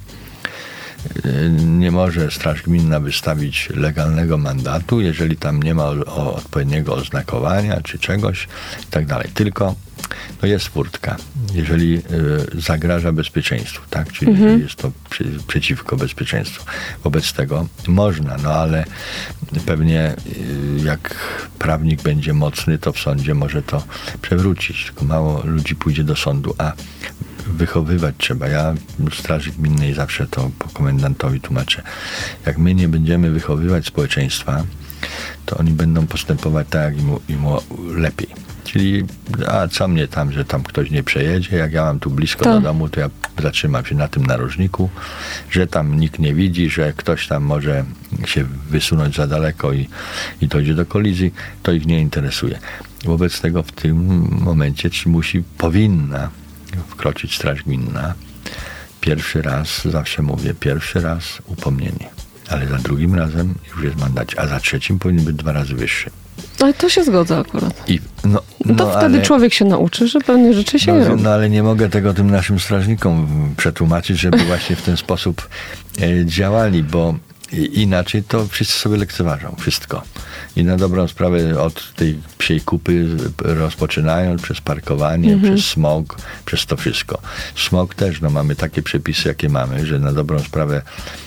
S3: nie może Straż Gminna wystawić legalnego mandatu, jeżeli tam nie ma odpowiedniego oznakowania czy czegoś i tak dalej. Tylko jest furtka, jeżeli zagraża bezpieczeństwu, tak? Czyli jeżeli jest to przeciwko bezpieczeństwu. Wobec tego można, ale pewnie jak prawnik będzie mocny, to w sądzie może to przewrócić. Tylko mało ludzi pójdzie do sądu, a wychowywać trzeba. Ja w Straży Gminnej zawsze to po komendantowi tłumaczę. Jak my nie będziemy wychowywać społeczeństwa, to oni będą postępować tak, jak im lepiej. Czyli, a co mnie tam, że tam ktoś nie przejedzie, jak ja mam tu blisko do domu, to ja zatrzymam się na tym narożniku, że tam nikt nie widzi, że ktoś tam może się wysunąć za daleko i dojdzie do kolizji, to ich nie interesuje. Wobec tego w tym momencie powinna wkroczyć Straż Gminna. Pierwszy raz, zawsze mówię, upomnienie. Ale za drugim razem już jest mandat, a za trzecim powinien być 2 razy wyższy.
S2: Ale to się zgodza akurat.
S3: To
S2: wtedy człowiek się nauczy, że pewne rzeczy się nie robi.
S3: Ale nie mogę tego tym naszym strażnikom przetłumaczyć, żeby właśnie w ten sposób działali, bo inaczej to wszyscy sobie lekceważą wszystko. I na dobrą sprawę od tej psiej kupy rozpoczynając, przez parkowanie, przez smog, przez to wszystko. Smog też, mamy takie przepisy, jakie mamy, że na dobrą sprawę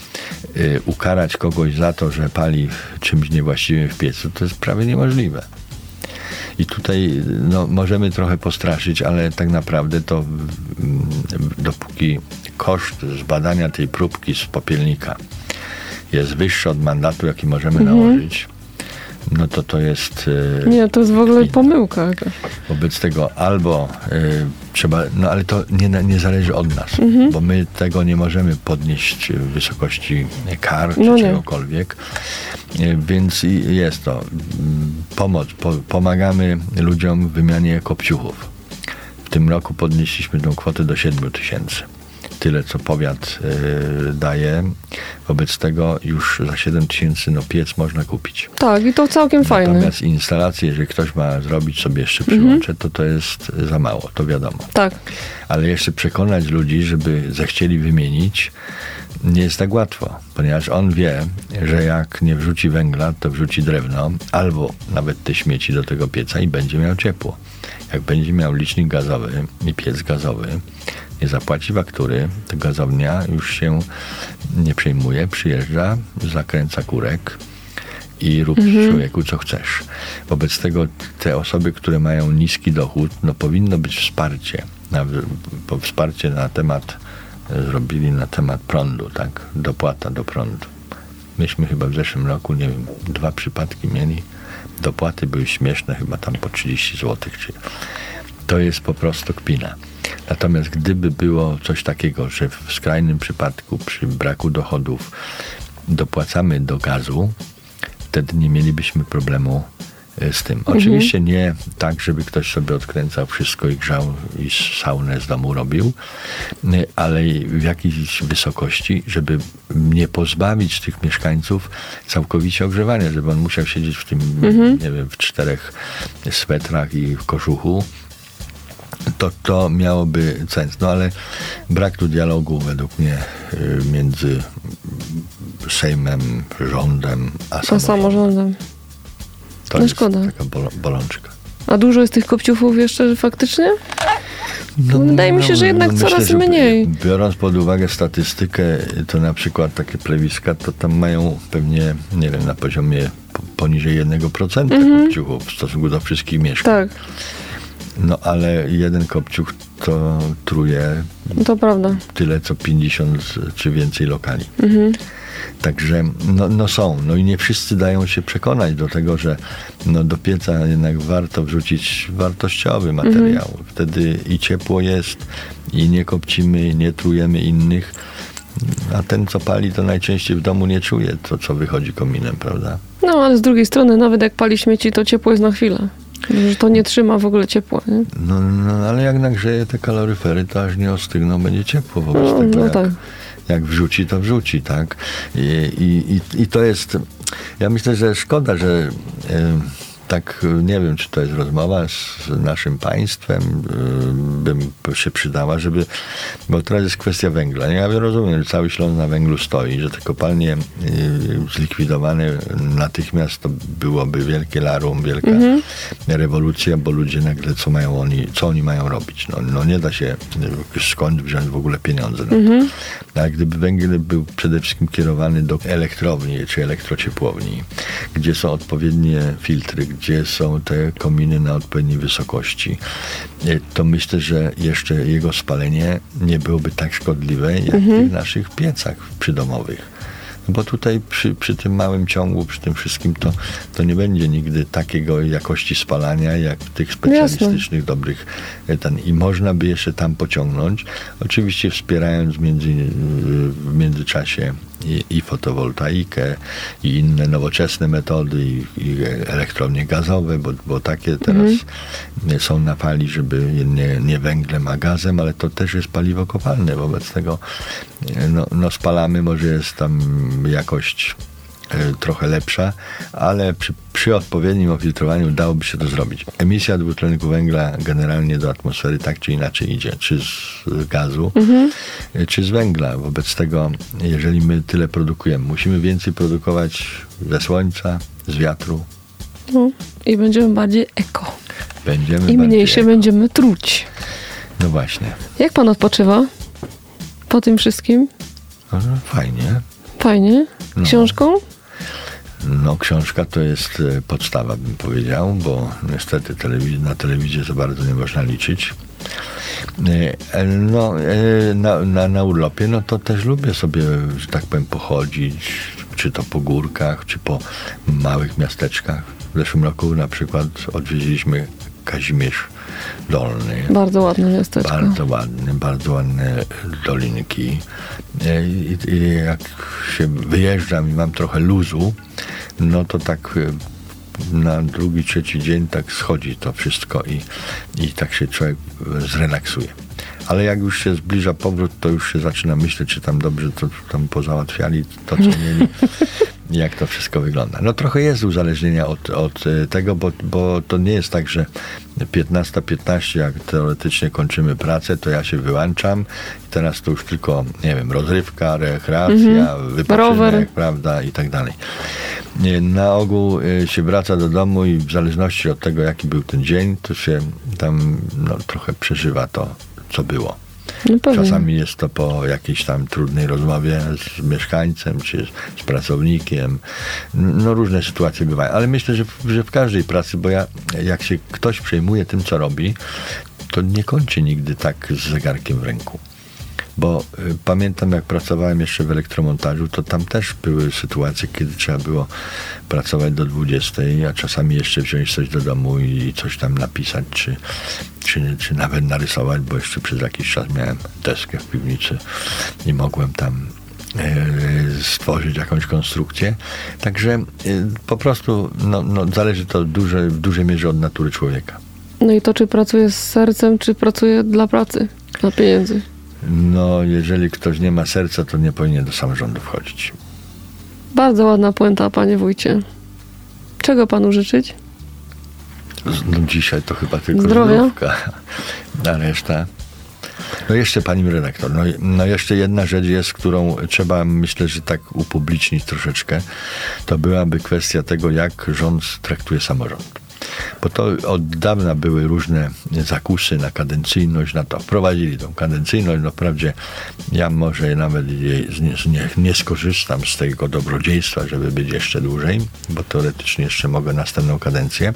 S3: ukarać kogoś za to, że pali czymś niewłaściwym w piecu, to jest prawie niemożliwe. I tutaj możemy trochę postraszyć, ale tak naprawdę to dopóki koszt zbadania tej próbki z popielnika jest wyższy od mandatu, jaki możemy nałożyć, to jest...
S2: Nie, to jest w ogóle pomyłka jakaś.
S3: Wobec tego albo trzeba, ale to nie zależy od nas, bo my tego nie możemy podnieść w wysokości kar czy czegokolwiek. Więc jest to pomoc. Pomagamy ludziom w wymianie kopciuchów. W tym roku podnieśliśmy tą kwotę do 7 000. Tyle, co powiat daje. Wobec tego już za 7 000 piec można kupić.
S2: Tak, i to całkiem fajne.
S3: Natomiast instalację, jeżeli ktoś ma zrobić sobie jeszcze przyłącze, to jest za mało, to wiadomo.
S2: Tak.
S3: Ale jeszcze przekonać ludzi, żeby zechcieli wymienić, nie jest tak łatwo, ponieważ on wie, że jak nie wrzuci węgla, to wrzuci drewno, albo nawet te śmieci do tego pieca i będzie miał ciepło. Jak będzie miał licznik gazowy i piec gazowy, nie zapłaci faktury, to gazownia już się nie przejmuje, przyjeżdża, zakręca kurek i rób człowieku co chcesz. Wobec tego te osoby, które mają niski dochód, powinno być wsparcie. Wsparcie na temat, zrobili na temat prądu, tak? Dopłata do prądu. Myśmy chyba w zeszłym roku, 2 przypadki mieli. Dopłaty były śmieszne, chyba tam po 30 zł. To jest po prostu kpina. Natomiast gdyby było coś takiego, że w skrajnym przypadku przy braku dochodów dopłacamy do gazu, wtedy nie mielibyśmy problemu z tym. Oczywiście nie tak, żeby ktoś sobie odkręcał wszystko i grzał i saunę z domu robił, ale w jakiejś wysokości, żeby nie pozbawić tych mieszkańców całkowicie ogrzewania, żeby on musiał siedzieć w tym, w 4 swetrach i w kożuchu. To miałoby sens. Ale brak tu dialogu według mnie między Sejmem, rządem a samorządem. To jest
S2: szkoda.
S3: taka bolączka.
S2: A dużo jest tych kopciuchów jeszcze faktycznie? Wydaje mi się, że jednak coraz mniej.
S3: Biorąc pod uwagę statystykę, to na przykład takie plewiska, to tam mają pewnie, nie wiem, na poziomie poniżej 1% kopciuchów w stosunku do wszystkich mieszkań.
S2: Tak.
S3: No ale jeden kopciuch to truje
S2: To prawda.
S3: tyle, co 50 czy więcej lokali. Także no są. No i nie wszyscy dają się przekonać do tego, że do pieca jednak warto wrzucić wartościowy materiał. Wtedy i ciepło jest, i nie kopcimy, nie trujemy innych. A ten, co pali, to najczęściej w domu nie czuje to, co wychodzi kominem, prawda?
S2: No, ale z drugiej strony, nawet jak pali śmieci, to ciepło jest na chwilę. Że to nie trzyma w ogóle ciepła, nie?
S3: No, ale jak nagrzeje te kaloryfery, to aż nie ostygną, będzie ciepło wobec tego.
S2: tak.
S3: Jak wrzuci, to wrzuci, tak? I to jest... Ja myślę, że szkoda, że tak, nie wiem, czy to jest rozmowa z naszym państwem, bym się przydała, żeby... Bo teraz jest kwestia węgla. Ja rozumiem, że cały Śląsk na węglu stoi, że te kopalnie zlikwidowane natychmiast to byłoby wielkie larum, wielka rewolucja, bo ludzie nagle co oni mają robić? No nie da się skąd wziąć w ogóle pieniądze na to. A gdyby węgiel był przede wszystkim kierowany do elektrowni czy elektrociepłowni, gdzie są odpowiednie filtry, gdzie są te kominy na odpowiedniej wysokości, to myślę, że jeszcze jego spalenie nie byłoby tak szkodliwe, jak w tych naszych piecach przydomowych. Bo tutaj przy tym małym ciągu, przy tym wszystkim, to nie będzie nigdy takiego jakości spalania, jak w tych specjalistycznych, dobrych. I można by jeszcze tam pociągnąć, oczywiście wspierając w międzyczasie i fotowoltaikę, i inne nowoczesne metody, i elektrownie gazowe, bo takie teraz są na fali, żeby nie węglem, a gazem, ale to też jest paliwo kopalne. Wobec tego spalamy, może jest tam jakość trochę lepsza, ale przy odpowiednim ofiltrowaniu dałoby się to zrobić. Emisja dwutlenku węgla generalnie do atmosfery tak czy inaczej idzie, czy z gazu, czy z węgla. Wobec tego, jeżeli my tyle produkujemy, musimy więcej produkować ze słońca, z wiatru.
S2: I będziemy bardziej eko.
S3: I
S2: mniej się będziemy truć.
S3: No właśnie.
S2: Jak pan odpoczywa po tym wszystkim?
S3: Fajnie.
S2: Fajnie? Książką?
S3: No, książka to jest podstawa, bym powiedział, bo niestety na telewizję za bardzo nie można liczyć. Na urlopie, no to też lubię sobie, że tak powiem, pochodzić, czy to po górkach, czy po małych miasteczkach. W zeszłym roku na przykład odwiedziliśmy Kazimierz Dolny.
S2: Bardzo ładne miasteczko.
S3: Bardzo ładne dolinki. I jak się wyjeżdżam i mam trochę luzu, no to tak na drugi, trzeci dzień tak schodzi to wszystko i tak się człowiek zrelaksuje. Ale jak już się zbliża powrót, to już się zaczyna myśleć, czy tam dobrze to tam pozałatwiali, to co mieli. Jak to wszystko wygląda. No trochę jest uzależnienia od tego, bo to nie jest tak, że 15:15, jak teoretycznie kończymy pracę, to ja się wyłączam i teraz to już tylko, nie wiem, rozrywka, rekreacja, wypoczynek, rower, prawda, i tak dalej. Na ogół się wraca do domu i w zależności od tego, jaki był ten dzień, to się tam trochę przeżywa to, co było. No czasami jest to po jakiejś tam trudnej rozmowie z mieszkańcem, czy z pracownikiem. No różne sytuacje bywają. Ale myślę, że w każdej pracy, bo jak się ktoś przejmuje tym, co robi, to nie kończy nigdy tak z zegarkiem w ręku. Bo pamiętam, jak pracowałem jeszcze w elektromontażu, to tam też były sytuacje, kiedy trzeba było pracować do 20, a czasami jeszcze wziąć coś do domu i coś tam napisać, czy nawet narysować, bo jeszcze przez jakiś czas miałem deskę w piwnicy i mogłem tam stworzyć jakąś konstrukcję. Także po prostu zależy to w dużej mierze od natury człowieka.
S2: No i to, czy pracuje z sercem, czy pracuje dla pracy, dla pieniędzy?
S3: No, jeżeli ktoś nie ma serca, to nie powinien do samorządu wchodzić.
S2: Bardzo ładna puenta, panie wójcie. Czego panu życzyć?
S3: No, dzisiaj to chyba tylko zdrówka. A reszta... No jeszcze, pani redaktor, no jeszcze jedna rzecz jest, którą trzeba, myślę, że tak upublicznić troszeczkę. To byłaby kwestia tego, jak rząd traktuje samorząd. Bo to od dawna były różne zakusy na kadencyjność, na to wprowadzili tą kadencyjność. No wprawdzie ja może nawet nie skorzystam z tego dobrodziejstwa, żeby być jeszcze dłużej, bo teoretycznie jeszcze mogę następną kadencję.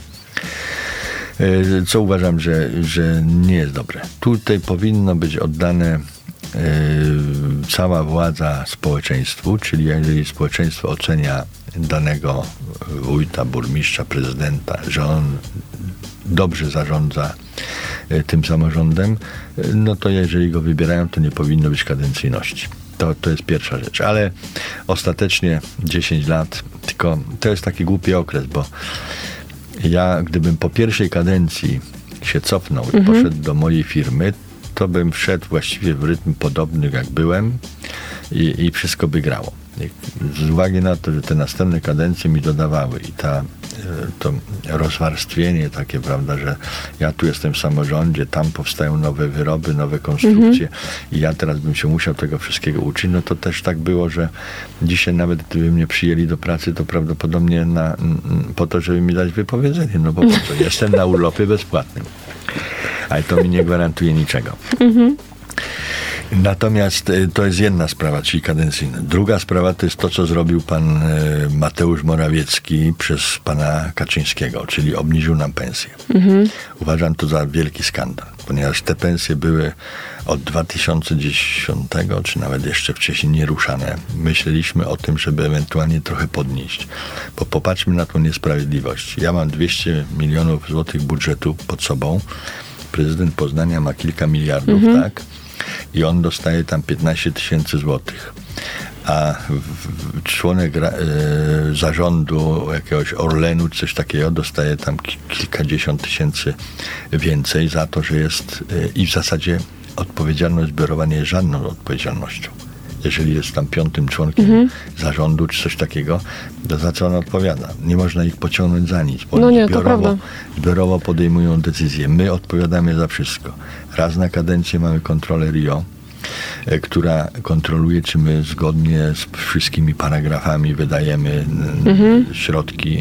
S3: Co uważam, że nie jest dobre. Tutaj powinno być oddane cała władza społeczeństwu, czyli jeżeli społeczeństwo ocenia danego wójta, burmistrza, prezydenta, że on dobrze zarządza tym samorządem, no to jeżeli go wybierają, to nie powinno być kadencyjności. To jest pierwsza rzecz. Ale ostatecznie 10 lat, tylko to jest taki głupi okres, bo ja gdybym po pierwszej kadencji się cofnął i poszedł do mojej firmy, to bym wszedł właściwie w rytm podobny jak byłem i wszystko by grało. Z uwagi na to, że te następne kadencje mi dodawały i to rozwarstwienie takie, prawda, że ja tu jestem w samorządzie, tam powstają nowe wyroby, nowe konstrukcje i ja teraz bym się musiał tego wszystkiego uczyć, no to też tak było, że dzisiaj nawet gdyby mnie przyjęli do pracy, to prawdopodobnie po to, żeby mi dać wypowiedzenie, no bo po co? Jestem na urlopie bezpłatnym. Ale to mi nie gwarantuje niczego. Natomiast to jest jedna sprawa, czyli kadencyjna. Druga sprawa to jest to, co zrobił pan Mateusz Morawiecki przez pana Kaczyńskiego, czyli obniżył nam pensję. Uważam to za wielki skandal, ponieważ te pensje były od 2010, czy nawet jeszcze wcześniej nieruszane. Myśleliśmy o tym, żeby ewentualnie trochę podnieść, bo popatrzmy na tą niesprawiedliwość. Ja mam 200 milionów złotych budżetu pod sobą, prezydent Poznania ma kilka miliardów, tak? I on dostaje tam 15 tysięcy złotych. A członek zarządu jakiegoś Orlenu, coś takiego, dostaje tam kilkadziesiąt tysięcy więcej za to, że jest i w zasadzie odpowiedzialność zbiorowa nie jest żadną odpowiedzialnością. Jeżeli jest tam 5. członkiem zarządu, czy coś takiego, to za co on odpowiada? Nie można ich pociągnąć za nic, bo oni zbiorowo podejmują decyzje. My odpowiadamy za wszystko. Raz na kadencję mamy kontrolę RIO, która kontroluje, czy my zgodnie z wszystkimi paragrafami wydajemy środki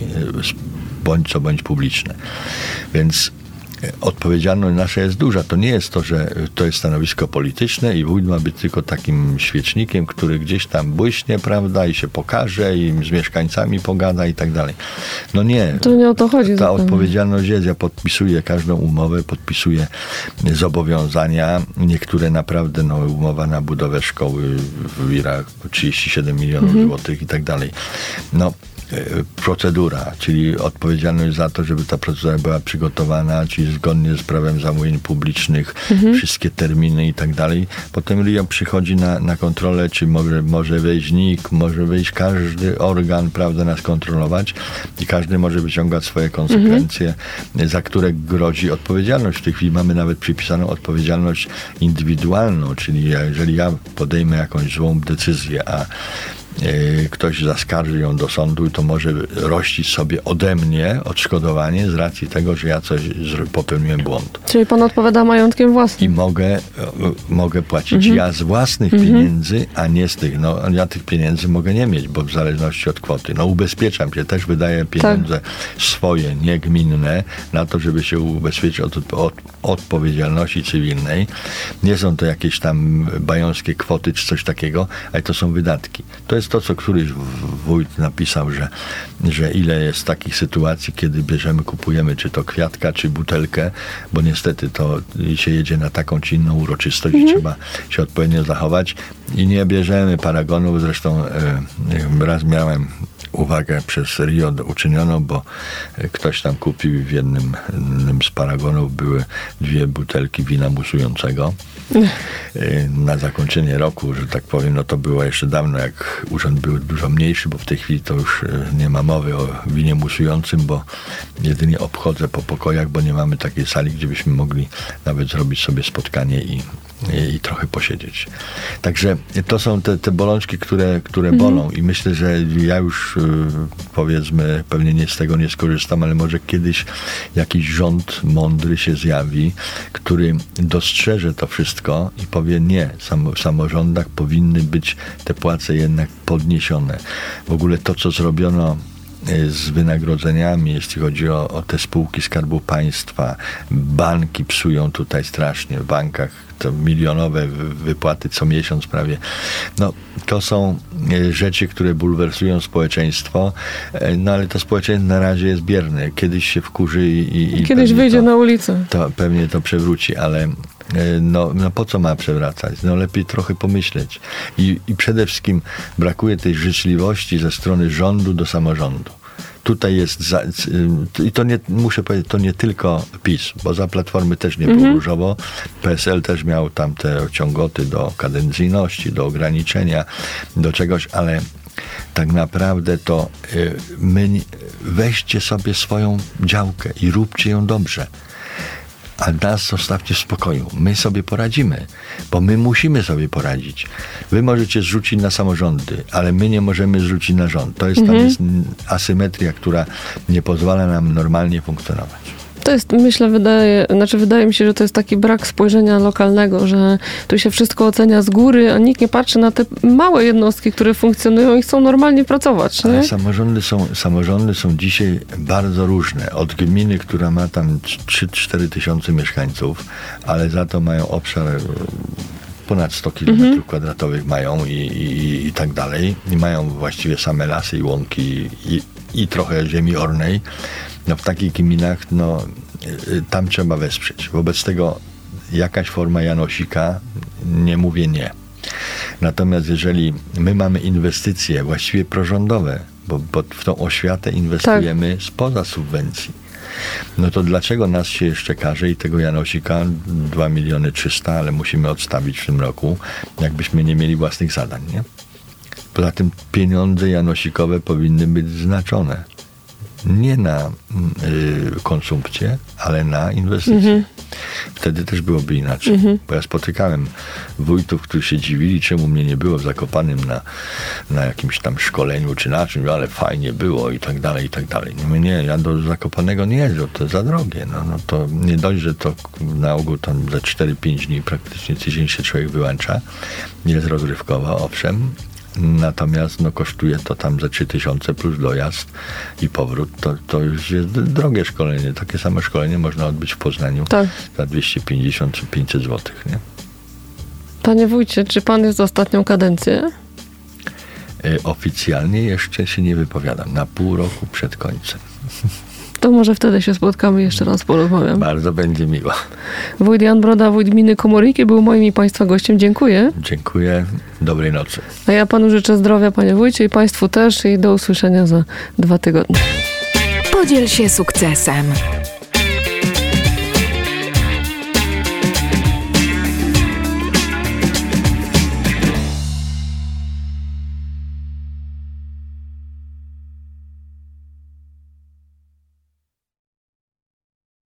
S3: bądź publiczne. Więc odpowiedzialność nasza jest duża. To nie jest to, że to jest stanowisko polityczne i wójt ma być tylko takim świecznikiem, który gdzieś tam błyśnie, prawda, i się pokaże i z mieszkańcami pogada i tak dalej. No nie.
S2: To nie o to chodzi.
S3: Ta odpowiedzialność jest. Ja podpisuję każdą umowę, podpisuję zobowiązania. Niektóre naprawdę, umowa na budowę szkoły w Iraku 37 milionów złotych i tak dalej. Procedura, czyli odpowiedzialność za to, żeby ta procedura była przygotowana, czyli zgodnie z prawem zamówień publicznych, wszystkie terminy i tak dalej. Potem RIO przychodzi na kontrolę, czy może wejść NIK, może wejść każdy organ, prawda, nas kontrolować i każdy może wyciągać swoje konsekwencje, za które grozi odpowiedzialność. W tej chwili mamy nawet przypisaną odpowiedzialność indywidualną, czyli jeżeli ja podejmę jakąś złą decyzję, a ktoś zaskarży ją do sądu, to może rościć sobie ode mnie odszkodowanie z racji tego, że ja coś popełniłem błąd.
S2: Czyli pan odpowiada majątkiem własnym.
S3: I mogę płacić ja z własnych pieniędzy, a nie z tych. Ja tych pieniędzy mogę nie mieć, bo w zależności od kwoty. Ubezpieczam się, też wydaję pieniądze swoje, nie gminne, na to, żeby się ubezpieczyć od odpowiedzialności cywilnej. Nie są to jakieś tam bajońskie kwoty, czy coś takiego, ale to są wydatki. To jest to, co któryś wójt napisał, że ile jest takich sytuacji, kiedy kupujemy czy to kwiatka, czy butelkę, bo niestety to się jedzie na taką czy inną uroczystość i trzeba się odpowiednio zachować i nie bierzemy paragonów. Zresztą raz miałem uwagę przez RIO uczynioną, bo ktoś tam kupił w jednym z paragonów były 2 butelki wina musującego. Na zakończenie roku, że tak powiem, to było jeszcze dawno, jak urząd był dużo mniejszy, bo w tej chwili to już nie ma mowy o winie musującym, bo jedynie obchodzę po pokojach, bo nie mamy takiej sali, gdzie byśmy mogli nawet zrobić sobie spotkanie i trochę posiedzieć. Także to są te bolączki, które bolą i myślę, że ja już powiedzmy pewnie z tego nie skorzystam, ale może kiedyś jakiś rząd mądry się zjawi, który dostrzeże to wszystko i powie nie, w samorządach powinny być te płace jednak podniesione. W ogóle to, co zrobiono z wynagrodzeniami, jeśli chodzi o te spółki Skarbu Państwa. Banki psują tutaj strasznie. W bankach to milionowe wypłaty co miesiąc prawie. No, to są rzeczy, które bulwersują społeczeństwo, no ale to społeczeństwo na razie jest bierne. Kiedyś się wkurzy i
S2: kiedyś wyjdzie na ulicę.
S3: To pewnie to przewróci, ale no po co ma przewracać? No lepiej trochę pomyśleć. I przede wszystkim brakuje tej życzliwości ze strony rządu do samorządu. Tutaj jest, i to nie, muszę powiedzieć, to nie tylko PiS, bo za Platformy też nie było różowo. PSL też miał tam te ciągoty do kadencyjności, do ograniczenia, do czegoś, ale tak naprawdę to weźcie sobie swoją działkę i róbcie ją dobrze. A nas zostawcie w spokoju. My sobie poradzimy, bo my musimy sobie poradzić. Wy możecie zrzucić na samorządy, ale my nie możemy zrzucić na rząd. To jest, tam jest asymetria, która nie pozwala nam normalnie funkcjonować.
S2: To jest, myślę, wydaje mi się, że to jest taki brak spojrzenia lokalnego, że tu się wszystko ocenia z góry, a nikt nie patrzy na te małe jednostki, które funkcjonują i chcą normalnie pracować. Nie?
S3: Ale samorządy są dzisiaj bardzo różne. Od gminy, która ma tam 3-4 tysiące mieszkańców, ale za to mają obszar ponad 100 km kwadratowych mają i tak dalej. I mają właściwie same lasy i łąki i trochę ziemi ornej. No w takich gminach, tam trzeba wesprzeć. Wobec tego jakaś forma Janosika, nie mówię nie. Natomiast jeżeli my mamy inwestycje właściwie prorządowe, bo w tą oświatę inwestujemy spoza subwencji, no to dlaczego nas się jeszcze każe i tego Janosika 2 300 000, ale musimy odstawić w tym roku, jakbyśmy nie mieli własnych zadań, nie? Poza tym pieniądze janosikowe powinny być znaczone. Nie na konsumpcję, ale na inwestycje. Wtedy też byłoby inaczej. Bo ja spotykałem wójtów, którzy się dziwili, czemu mnie nie było w Zakopanem na jakimś tam szkoleniu czy na czymś, ale fajnie było i tak dalej, i tak dalej. No nie, ja do Zakopanego nie jeżdżę, to za drogie. No to nie dość, że to na ogół tam za 4-5 dni praktycznie tydzień się człowiek wyłącza. Jest rozrywkowa, owszem. Natomiast kosztuje to tam za 3000 plus dojazd i powrót. To już jest drogie szkolenie. Takie samo szkolenie można odbyć w Poznaniu za 250 czy 500 zł. Nie?
S2: Panie wójcie, czy pan jest za ostatnią kadencję?
S3: Oficjalnie jeszcze się nie wypowiadam. Na pół roku przed końcem.
S2: To może wtedy się spotkamy, jeszcze raz porozmawiam.
S3: Bardzo będzie miło.
S2: Wójt Jan Broda, wójt gminy Komoriki, był moim i państwa gościem. Dziękuję.
S3: Dziękuję. Dobrej nocy.
S2: A ja panu życzę zdrowia, panie wójcie, i państwu też, i do usłyszenia za 2 tygodnie.
S1: Podziel się sukcesem.